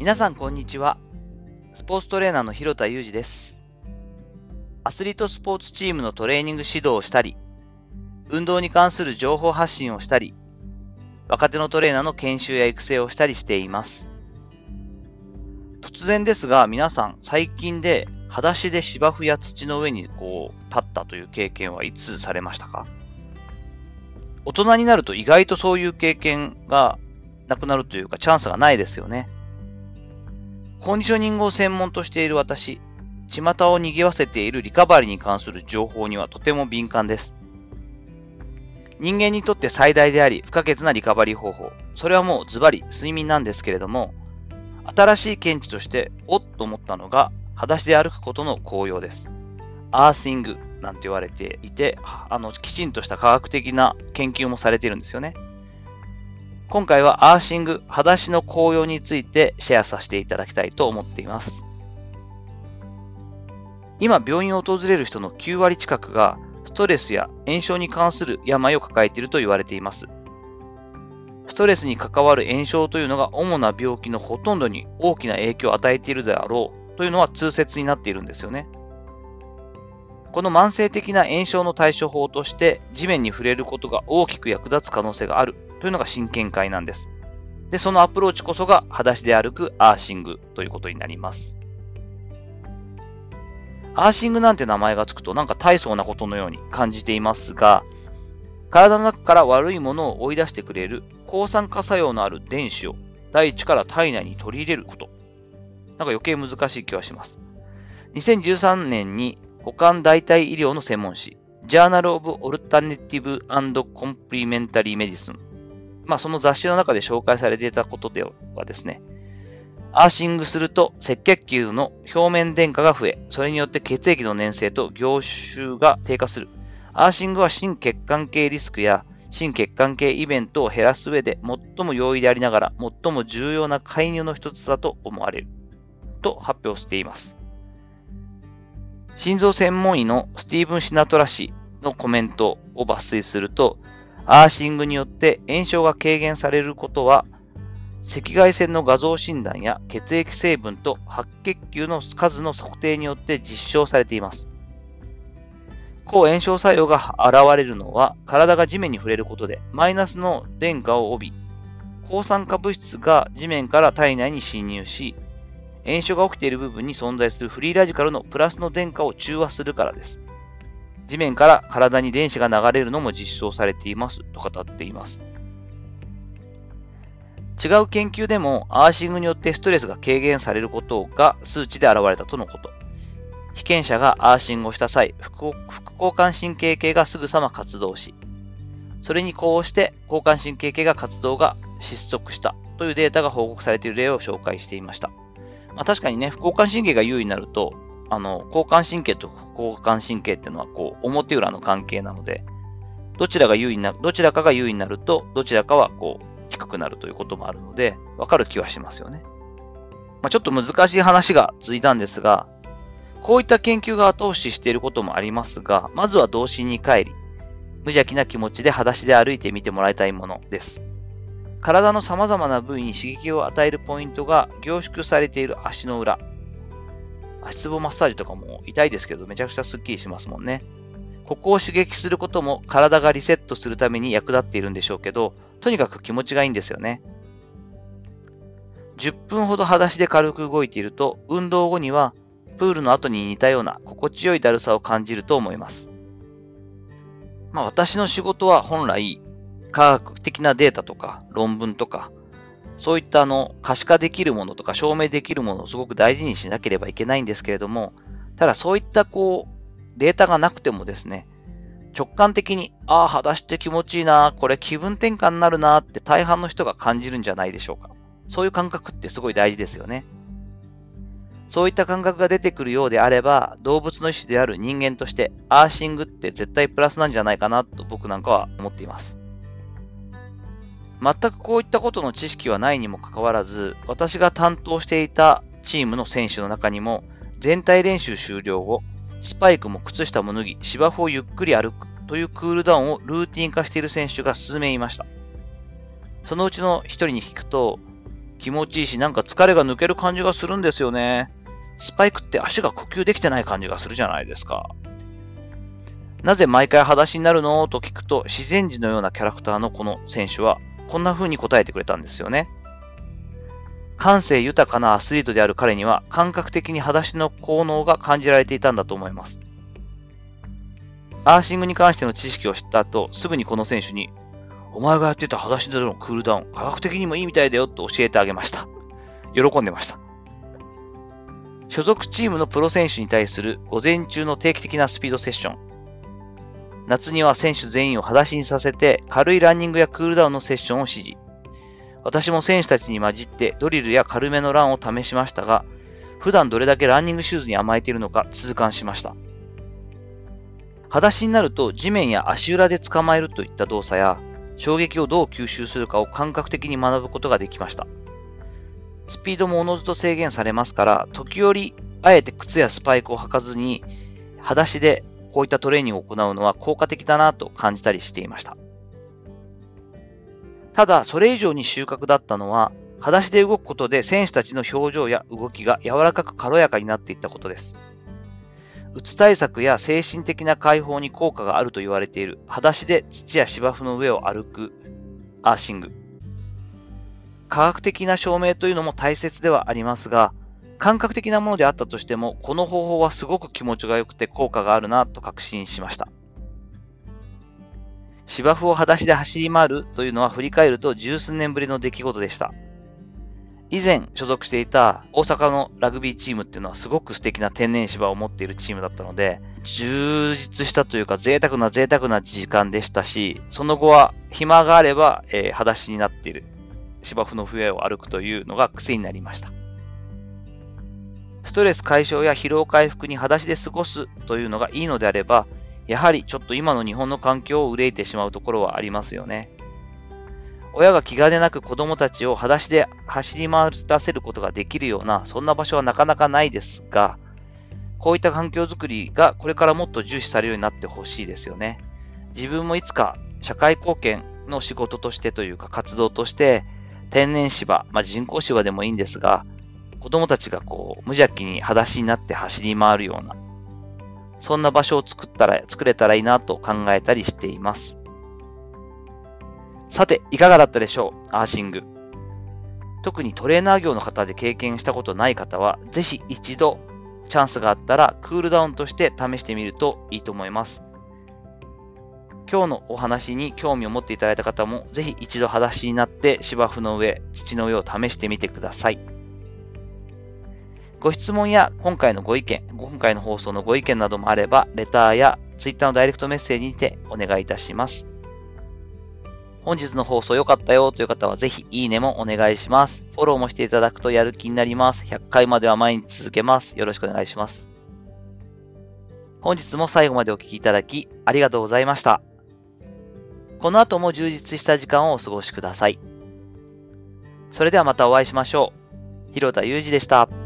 皆さんこんにちは。スポーツトレーナーの広田裕二です。アスリートスポーツチームのトレーニング指導をしたり、運動に関する情報発信をしたり、若手のトレーナーの研修や育成をしたりしています。突然ですが、皆さん最近で裸足で芝生や土の上に立ったという経験はいつされましたか？大人になると意外とそういう経験がなくなるというかチャンスがないですよね。コンディショニングを専門としている私、巷を賑わせているリカバリーに関する情報にはとても敏感です。人間にとって最大であり不可欠なリカバリー方法、それはもうズバリ睡眠なんですけれども、新しい見地としておっと思ったのが裸足で歩くことの効用です。アーシングなんて言われていて、きちんとした科学的な研究もされているんですよね。今回はアーシング、裸足の効用についてシェアさせていただきたいと思っています。今、病院を訪れる人の9割近くがストレスや炎症に関する病を抱えていると言われています。ストレスに関わる炎症というのが主な病気のほとんどに大きな影響を与えているであろうというのは通説になっているんですよね。この慢性的な炎症の対処法として地面に触れることが大きく役立つ可能性があるというのが新見解なんです。で、そのアプローチこそが裸足で歩くアーシングということになります。アーシングなんて名前がつくとなんか大層なことのように感じていますが、体の中から悪いものを追い出してくれる抗酸化作用のある電子を大地から体内に取り入れること。なんか余計難しい気はします。2013年に補完代替医療の専門誌、Journal of Alternative and Complementary Medicine。その雑誌の中で紹介されていたことではですね、アーシングすると赤血球の表面電荷が増え、それによって血液の粘性と凝集が低下する。アーシングは心血管系リスクや心血管系イベントを減らす上で最も容易でありながら最も重要な介入の一つだと思われると発表しています。心臓専門医のスティーブン・シナトラ氏のコメントを抜粋すると、アーシングによって炎症が軽減されることは、赤外線の画像診断や血液成分と白血球の数の測定によって実証されています。抗炎症作用が現れるのは、体が地面に触れることでマイナスの電荷を帯び、抗酸化物質が地面から体内に侵入し、炎症が起きている部分に存在するフリーラジカルのプラスの電荷を中和するからです。地面から体に電子が流れるのも実証されていますと語っています。違う研究でもアーシングによってストレスが軽減されることが数値で現れたとのこと。被験者がアーシングをした際、副交感神経系がすぐさま活動し、それに呼応して交感神経系が活動が失速したというデータが報告されている例を紹介していました。確かにね、副交感神経が優位になると、交感神経と副交感神経っていうのは表裏の関係なので、どちらかが優位になると、どちらかは低くなるということもあるので、わかる気はしますよね。ちょっと難しい話が続いたんですが、こういった研究が後押ししていることもありますが、まずは童心に帰り、無邪気な気持ちで裸足で歩いてみてもらいたいものです。体の様々な部位に刺激を与えるポイントが凝縮されている足の裏。足つぼマッサージとかも痛いですけどめちゃくちゃスッキリしますもんね。ここを刺激することも体がリセットするために役立っているんでしょうけど、とにかく気持ちがいいんですよね。10分ほど裸足で軽く動いていると、運動後にはプールの後に似たような心地よいだるさを感じると思います。私の仕事は本来、科学的なデータとか論文とか、そういった可視化できるものとか証明できるものをすごく大事にしなければいけないんですけれども、ただそういったデータがなくてもですね、直感的に、裸足って気持ちいいな、これ気分転換になるなって大半の人が感じるんじゃないでしょうか。そういう感覚ってすごい大事ですよね。そういった感覚が出てくるようであれば、動物の一種である人間としてアーシングって絶対プラスなんじゃないかなと僕なんかは思っています。全くこういったことの知識はないにもかかわらず、私が担当していたチームの選手の中にも、全体練習終了後、スパイクも靴下も脱ぎ、芝生をゆっくり歩くというクールダウンをルーティン化している選手が数名いました。そのうちの一人に聞くと、 気持ちいいし、なんか疲れが抜ける感じがするんですよね。スパイクって足が呼吸できてない感じがするじゃないですか。なぜ毎回裸足になるのと聞くと、自然児のようなキャラクターのこの選手は、こんな風に答えてくれたんですよね。感性豊かなアスリートである彼には、感覚的に裸足の効能が感じられていたんだと思います。アーシングに関しての知識を知った後、すぐにこの選手に、お前がやってた裸足でのクールダウン、科学的にもいいみたいだよと教えてあげました。喜んでました。所属チームのプロ選手に対する午前中の定期的なスピードセッション。夏には選手全員を裸足にさせて軽いランニングやクールダウンのセッションを指示。私も選手たちに混じってドリルや軽めのランを試しましたが、普段どれだけランニングシューズに甘えているのか痛感しました。裸足になると地面や足裏で捕まえるといった動作や衝撃をどう吸収するかを感覚的に学ぶことができました。スピードもおのずと制限されますから、時折あえて靴やスパイクを履かずに裸足でこういったトレーニングを行うのは効果的だなと感じたりしていました。ただ、それ以上に収穫だったのは、裸足で動くことで選手たちの表情や動きが柔らかく軽やかになっていったことです。うつ対策や精神的な解放に効果があると言われている裸足で土や芝生の上を歩くアーシング。科学的な証明というのも大切ではありますが、感覚的なものであったとしても、この方法はすごく気持ちが良くて効果があるなと確信しました。芝生を裸足で走り回るというのは振り返ると十数年ぶりの出来事でした。以前所属していた大阪のラグビーチームっていうのはすごく素敵な天然芝を持っているチームだったので、充実したというか贅沢な時間でしたし、その後は暇があれば、裸足になっている芝生の上を歩くというのが癖になりました。ストレス解消や疲労回復に裸足で過ごすというのがいいのであれば、やはりちょっと今の日本の環境を憂いてしまうところはありますよね。親が気兼ねなく子供たちを裸足で走り回らせることができるような、そんな場所はなかなかないですが、こういった環境づくりがこれからもっと重視されるようになってほしいですよね。自分もいつか社会貢献の仕事としてというか活動として、天然芝、人工芝でもいいんですが、子供たちが無邪気に裸足になって走り回るような、そんな場所を作れたらいいなと考えたりしています。さて、いかがだったでしょう、アーシング。特にトレーナー業の方で経験したことない方は、ぜひ一度チャンスがあったらクールダウンとして試してみるといいと思います。今日のお話に興味を持っていただいた方も、ぜひ一度裸足になって芝生の上、土の上を試してみてください。ご質問や今回の放送のご意見などもあれば、レターや Twitter のダイレクトメッセージにてお願いいたします。本日の放送良かったよという方はぜひいいねもお願いします。フォローもしていただくとやる気になります。100回までは毎日続けます。よろしくお願いします。本日も最後までお聞きいただきありがとうございました。この後も充実した時間をお過ごしください。それではまたお会いしましょう。広田裕二でした。